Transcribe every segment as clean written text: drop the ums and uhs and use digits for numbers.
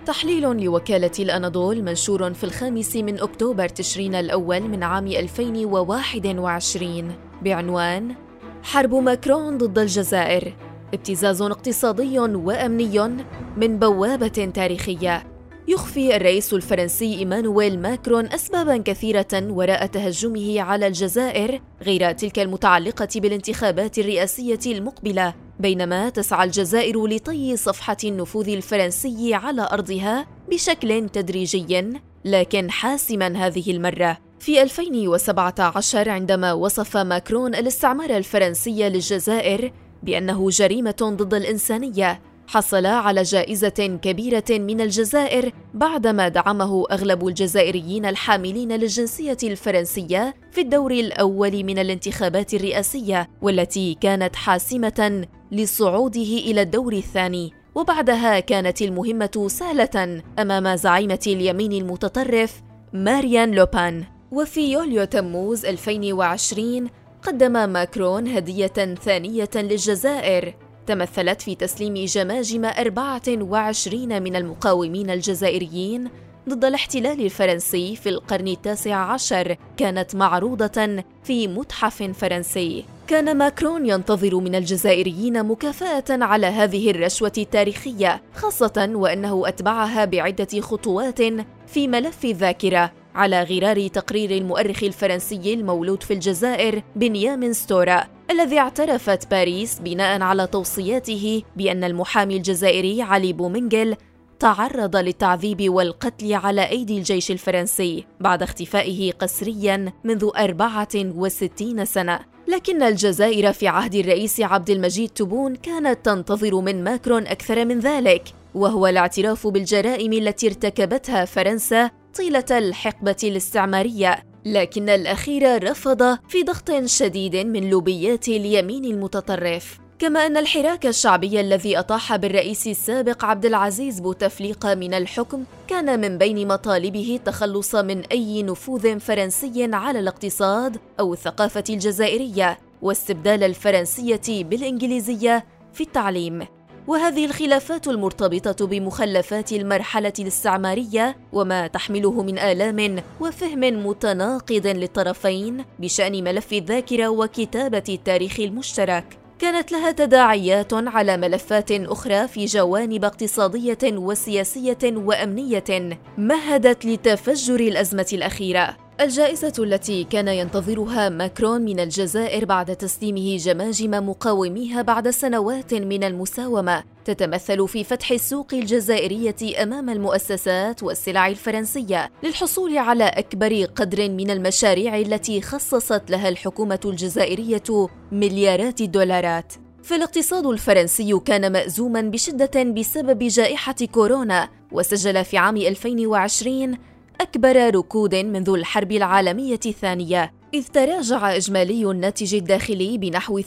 تحليل لوكالة الأناضول منشور في 5 أكتوبر تشرين الأول من عام 2021 بعنوان: حرب ماكرون ضد الجزائر، ابتزاز اقتصادي وأمني من بوابة تاريخية. يخفي الرئيس الفرنسي إيمانويل ماكرون أسباباً كثيرة وراء تهجمه على الجزائر غير تلك المتعلقة بالانتخابات الرئاسية المقبلة، بينما تسعى الجزائر لطي صفحة النفوذ الفرنسي على أرضها بشكل تدريجي لكن حاسماً هذه المرة. في 2017 عندما وصف ماكرون الاستعمار الفرنسي للجزائر بأنه جريمة ضد الإنسانية، حصل على جائزة كبيرة من الجزائر بعدما دعمه أغلب الجزائريين الحاملين للجنسية الفرنسية في الدور الأول من الانتخابات الرئاسية، والتي كانت حاسمة لصعوده إلى الدور الثاني. وبعدها كانت المهمة سهلة أمام زعيمة اليمين المتطرف ماريان لوبان. وفي يوليو تموز 2020 قدم ماكرون هدية ثانية للجزائر تمثلت في تسليم جماجم 24 من المقاومين الجزائريين ضد الاحتلال الفرنسي في القرن ال19، كانت معروضة في متحف فرنسي. كان ماكرون ينتظر من الجزائريين مكافأة على هذه الرشوة التاريخية، خاصة وأنه أتبعها بعدة خطوات في ملف الذاكرة على غرار تقرير المؤرخ الفرنسي المولود في الجزائر بنيامين ستورا، الذي اعترفت باريس بناء على توصياته بأن المحامي الجزائري علي بومنجل تعرض للتعذيب والقتل على أيدي الجيش الفرنسي بعد اختفائه قسرياً منذ 64 سنة. لكن الجزائر في عهد الرئيس عبد المجيد تبون كانت تنتظر من ماكرون أكثر من ذلك، وهو الاعتراف بالجرائم التي ارتكبتها فرنسا طيلة الحقبة الاستعمارية، لكن الأخير رفض في ضغط شديد من لوبيات اليمين المتطرف. كما أن الحراك الشعبي الذي أطاح بالرئيس السابق عبد العزيز بوتفليقة من الحكم كان من بين مطالبه التخلص من أي نفوذ فرنسي على الاقتصاد أو الثقافة الجزائرية، واستبدال الفرنسية بالإنجليزية في التعليم. وهذه الخلافات المرتبطة بمخلفات المرحلة الاستعمارية وما تحمله من آلام وفهم متناقض للطرفين بشأن ملف الذاكرة وكتابة التاريخ المشترك كانت لها تداعيات على ملفات أخرى في جوانب اقتصادية وسياسية وأمنية مهدت لتفجر الأزمة الأخيرة. الجائزة التي كان ينتظرها ماكرون من الجزائر بعد تسليمه جماجم مقاوميها بعد سنوات من المساومة تتمثل في فتح السوق الجزائرية أمام المؤسسات والسلع الفرنسية للحصول على أكبر قدر من المشاريع التي خصصت لها الحكومة الجزائرية مليارات الدولارات. فالاقتصاد الفرنسي كان مأزوما بشدة بسبب جائحة كورونا، وسجل في عام 2020 أكبر ركود منذ الحرب العالمية الثانية، إذ تراجع إجمالي الناتج الداخلي بنحو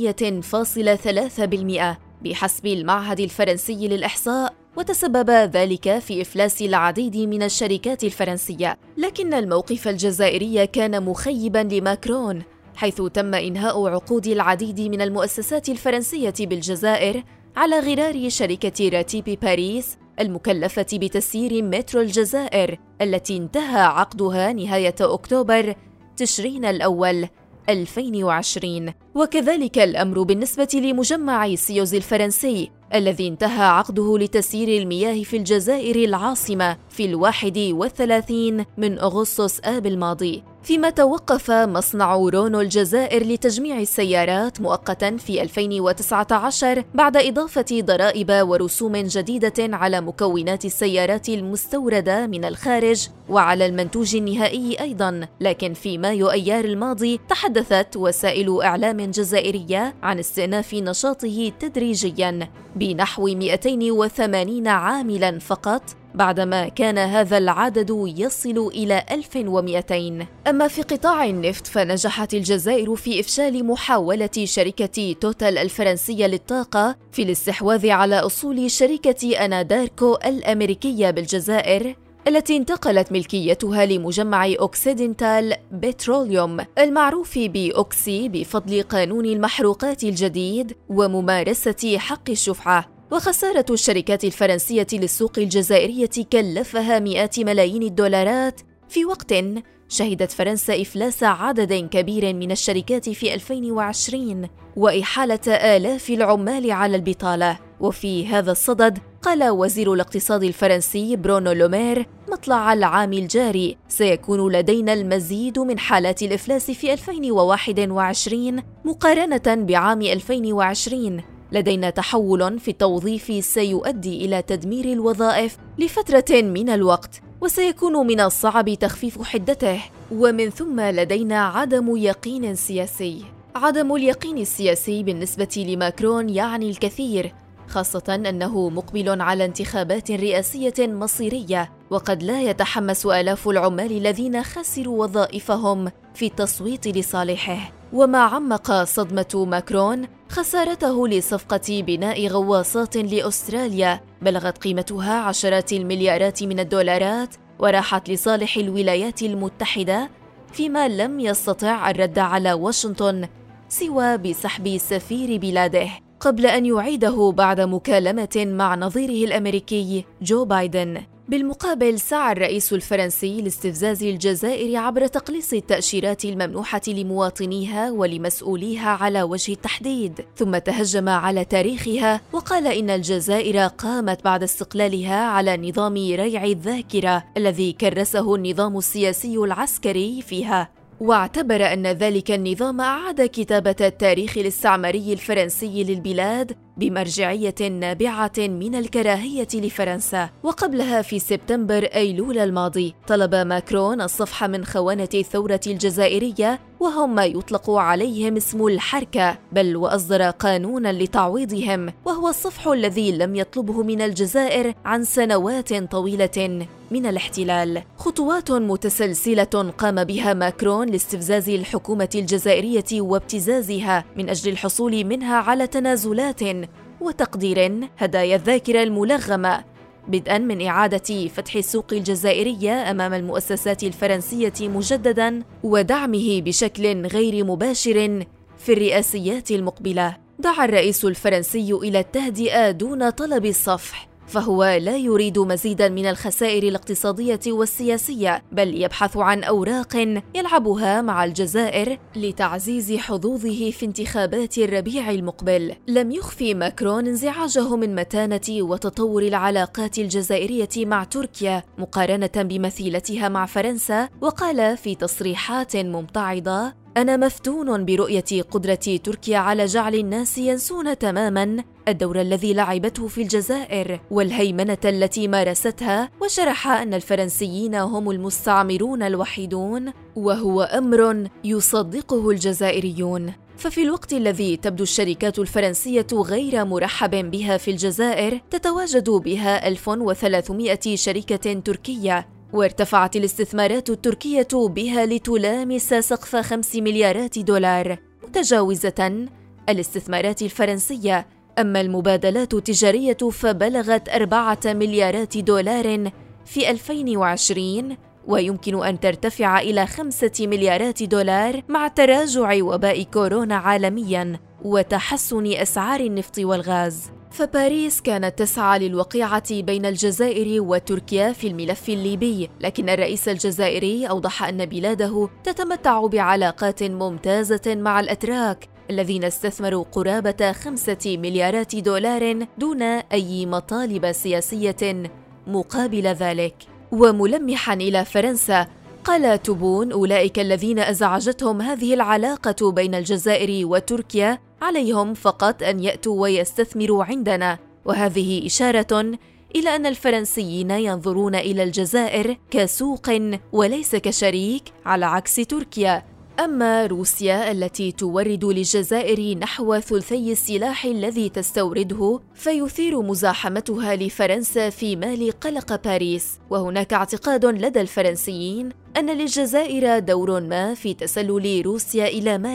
8.3% بحسب المعهد الفرنسي للإحصاء، وتسبب ذلك في إفلاس العديد من الشركات الفرنسية. لكن الموقف الجزائري كان مخيباً لماكرون، حيث تم إنهاء عقود العديد من المؤسسات الفرنسية بالجزائر على غرار شركة راتيب باريس المكلفة بتسيير مترو الجزائر، التي انتهى عقدها نهاية أكتوبر تشرين الأول 2020. وكذلك الأمر بالنسبة لمجمع سيوز الفرنسي الذي انتهى عقده لتسيير المياه في الجزائر العاصمة في 31 من أغسطس آب الماضي، فيما توقف مصنع رونو الجزائر لتجميع السيارات مؤقتا في 2019 بعد إضافة ضرائب ورسوم جديدة على مكونات السيارات المستوردة من الخارج وعلى المنتوج النهائي أيضا. لكن في مايو أيار الماضي تحدثت وسائل إعلام جزائرية عن استئناف نشاطه تدريجيا بنحو 280 عاملا فقط، بعدما كان هذا العدد يصل إلى 1200. أما في قطاع النفط فنجحت الجزائر في إفشال محاولة شركة توتال الفرنسية للطاقة في الاستحواذ على أصول شركة أناداركو الأمريكية بالجزائر، التي انتقلت ملكيتها لمجمع أوكسيدنتال بتروليوم المعروف بأوكسي بفضل قانون المحروقات الجديد وممارسة حق الشفعة. وخسارة الشركات الفرنسية للسوق الجزائرية كلفها مئات ملايين الدولارات في وقت شهدت فرنسا إفلاس عدد كبير من الشركات في 2020 وإحالة آلاف العمال على البطالة. وفي هذا الصدد قال وزير الاقتصاد الفرنسي برونو لومير مطلع العام الجاري سيكون لدينا المزيد من حالات الإفلاس في 2021 مقارنة بعام 2020. لدينا تحول في التوظيف سيؤدي إلى تدمير الوظائف لفترة من الوقت وسيكون من الصعب تخفيف حدته، ومن ثم لدينا عدم يقين سياسي. عدم اليقين السياسي بالنسبة لماكرون يعني الكثير، خاصة أنه مقبل على انتخابات رئاسية مصيرية، وقد لا يتحمس آلاف العمال الذين خسروا وظائفهم في التصويت لصالحه. وما عمق صدمة ماكرون خسارته لصفقة بناء غواصات لأستراليا بلغت قيمتها عشرات المليارات من الدولارات وراحت لصالح الولايات المتحدة، فيما لم يستطع الرد على واشنطن سوى بسحب سفير بلاده قبل أن يعيده بعد مكالمة مع نظيره الأمريكي جو بايدن. بالمقابل سعى الرئيس الفرنسي لاستفزاز الجزائر عبر تقليص التأشيرات الممنوحة لمواطنيها ولمسؤوليها على وجه التحديد، ثم تهجم على تاريخها وقال إن الجزائر قامت بعد استقلالها على نظام ريع الذاكرة الذي كرسه النظام السياسي العسكري فيها، واعتبر أن ذلك النظام أعاد كتابة التاريخ الاستعماري الفرنسي للبلاد بمرجعية نابعة من الكراهية لفرنسا. وقبلها في سبتمبر أيلول الماضي طلب ماكرون الصفح من خونة الثورة الجزائرية وهم ما يطلق عليهم اسم الحركة، بل وأصدر قانونا لتعويضهم، وهو الصفح الذي لم يطلبه من الجزائر عن سنوات طويلة من الاحتلال. خطوات متسلسلة قام بها ماكرون لاستفزاز الحكومة الجزائرية وابتزازها من أجل الحصول منها على تنازلات وتقدير هدايا الذاكرة الملغمة، بدءا من إعادة فتح السوق الجزائرية أمام المؤسسات الفرنسية مجددا ودعمه بشكل غير مباشر في الرئاسيات المقبلة. دعا الرئيس الفرنسي إلى التهدئة دون طلب الصفح، فهو لا يريد مزيدا من الخسائر الاقتصادية والسياسية، بل يبحث عن أوراق يلعبها مع الجزائر لتعزيز حظوظه في انتخابات الربيع المقبل. لم يخفي ماكرون انزعاجه من متانة وتطور العلاقات الجزائرية مع تركيا مقارنة بمثيلتها مع فرنسا، وقال في تصريحات ممتعضة: أنا مفتون برؤية قدرة تركيا على جعل الناس ينسون تماما الدور الذي لعبته في الجزائر والهيمنة التي مارستها، وشرح أن الفرنسيين هم المستعمرون الوحيدون، وهو أمر يصدقه الجزائريون. ففي الوقت الذي تبدو الشركات الفرنسية غير مرحب بها في الجزائر، تتواجد بها 1300 شركة تركية، وارتفعت الاستثمارات التركية بها لتلامس سقف 5 مليارات دولار متجاوزة الاستثمارات الفرنسية. أما المبادلات التجارية فبلغت 4 مليارات دولار في 2020، ويمكن أن ترتفع إلى 5 مليارات دولار مع تراجع وباء كورونا عالمياً وتحسن أسعار النفط والغاز. فباريس كانت تسعى للوقيعة بين الجزائر وتركيا في الملف الليبي، لكن الرئيس الجزائري أوضح أن بلاده تتمتع بعلاقات ممتازة مع الأتراك الذين استثمروا قرابة 5 مليارات دولار دون أي مطالب سياسية مقابل ذلك. وملمحا إلى فرنسا قال توبون: أولئك الذين أزعجتهم هذه العلاقة بين الجزائر وتركيا عليهم فقط أن يأتوا ويستثمروا عندنا، وهذه إشارة إلى أن الفرنسيين ينظرون إلى الجزائر كسوق وليس كشريك على عكس تركيا. أما روسيا التي تورد للجزائر نحو ثلثي السلاح الذي تستورده، فيثير مزاحمتها لفرنسا في مال قلق باريس. وهناك اعتقاد لدى الفرنسيين أن للجزائر دور ما في تسلل روسيا إلى مالي،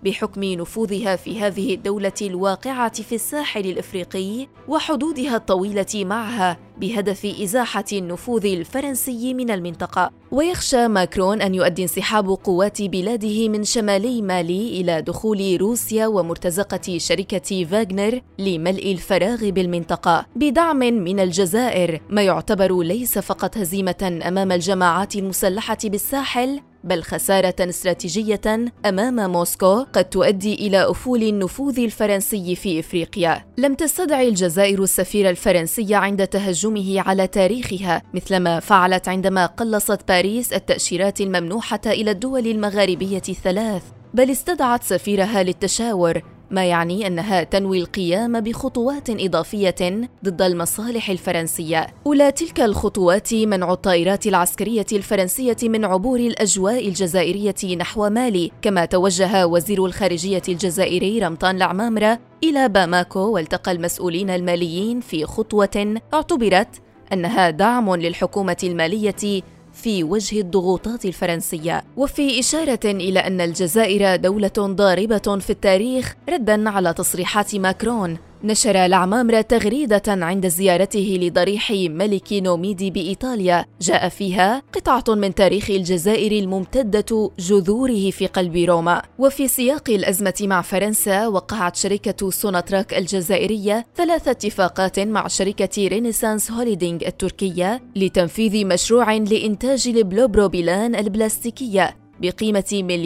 بحكم نفوذها في هذه الدولة الواقعة في الساحل الإفريقي وحدودها الطويلة معها بهدف إزاحة النفوذ الفرنسي من المنطقة. ويخشى ماكرون أن يؤدي انسحاب قوات بلاده من شمالي مالي إلى دخول روسيا ومرتزقة شركة فاغنر لملء الفراغ بالمنطقة بدعم من الجزائر، ما يعتبر ليس فقط هزيمة أمام الجماعات المسلحة بالساحل، بل خسارة استراتيجية أمام موسكو قد تؤدي إلى أفول النفوذ الفرنسي في إفريقيا. لم تستدعي الجزائر السفير الفرنسي عند تهجمه على تاريخها مثلما فعلت عندما قلصت باريس التأشيرات الممنوحة إلى الدول المغاربية الثلاث، بل استدعت سفيرها للتشاور، ما يعني أنها تنوي القيام بخطوات إضافية ضد المصالح الفرنسية. أولى تلك الخطوات منع الطائرات العسكرية الفرنسية من عبور الأجواء الجزائرية نحو مالي، كما توجه وزير الخارجية الجزائري رمضان العمامرة إلى باماكو والتقى المسؤولين الماليين في خطوة اعتبرت أنها دعم للحكومة المالية في وجه الضغوطات الفرنسية. وفي إشارة إلى أن الجزائر دولة ضاربة في التاريخ رداً على تصريحات ماكرون، نشر العمامرة تغريدة عند زيارته لضريح ملك نوميدي بإيطاليا جاء فيها قطعة من تاريخ الجزائر الممتدة جذوره في قلب روما. وفي سياق الأزمة مع فرنسا، وقعت شركة سوناتراك الجزائرية 3 اتفاقات مع شركة رينيسانس هوليدينغ التركية لتنفيذ مشروع لإنتاج البلوبروبيلان البلاستيكية بقيمة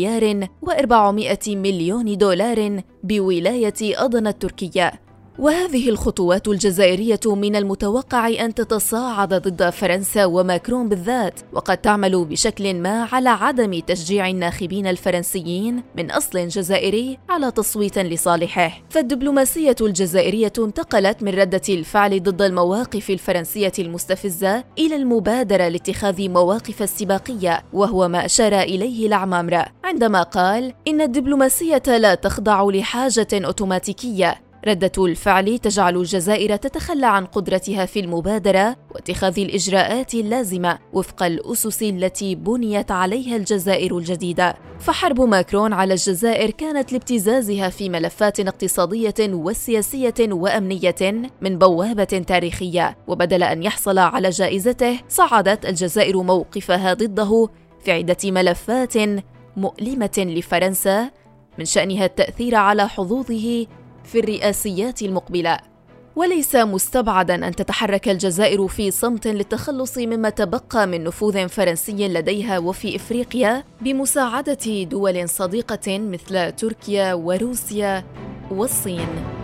$1,400,000,000 بولاية أضنا التركية. وهذه الخطوات الجزائرية من المتوقع أن تتصاعد ضد فرنسا وماكرون بالذات، وقد تعمل بشكل ما على عدم تشجيع الناخبين الفرنسيين من أصل جزائري على تصويت لصالحه. فالدبلوماسية الجزائرية انتقلت من ردة الفعل ضد المواقف الفرنسية المستفزة إلى المبادرة لاتخاذ مواقف استباقية، وهو ما أشار إليه العمامرة عندما قال إن الدبلوماسية لا تخضع لحاجة أوتوماتيكية. ردة الفعل تجعل الجزائر تتخلى عن قدرتها في المبادرة واتخاذ الإجراءات اللازمة وفق الأسس التي بنيت عليها الجزائر الجديدة. فحرب ماكرون على الجزائر كانت لابتزازها في ملفات اقتصادية وسياسية وأمنية من بوابة تاريخية، وبدل أن يحصل على جائزته صعدت الجزائر موقفها ضده في عدة ملفات مؤلمة لفرنسا من شأنها التأثير على حظوظه في الرئاسيات المقبلة. وليس مستبعداً أن تتحرك الجزائر في صمت للتخلص مما تبقى من نفوذ فرنسي لديها وفي إفريقيا بمساعدة دول صديقة مثل تركيا وروسيا والصين.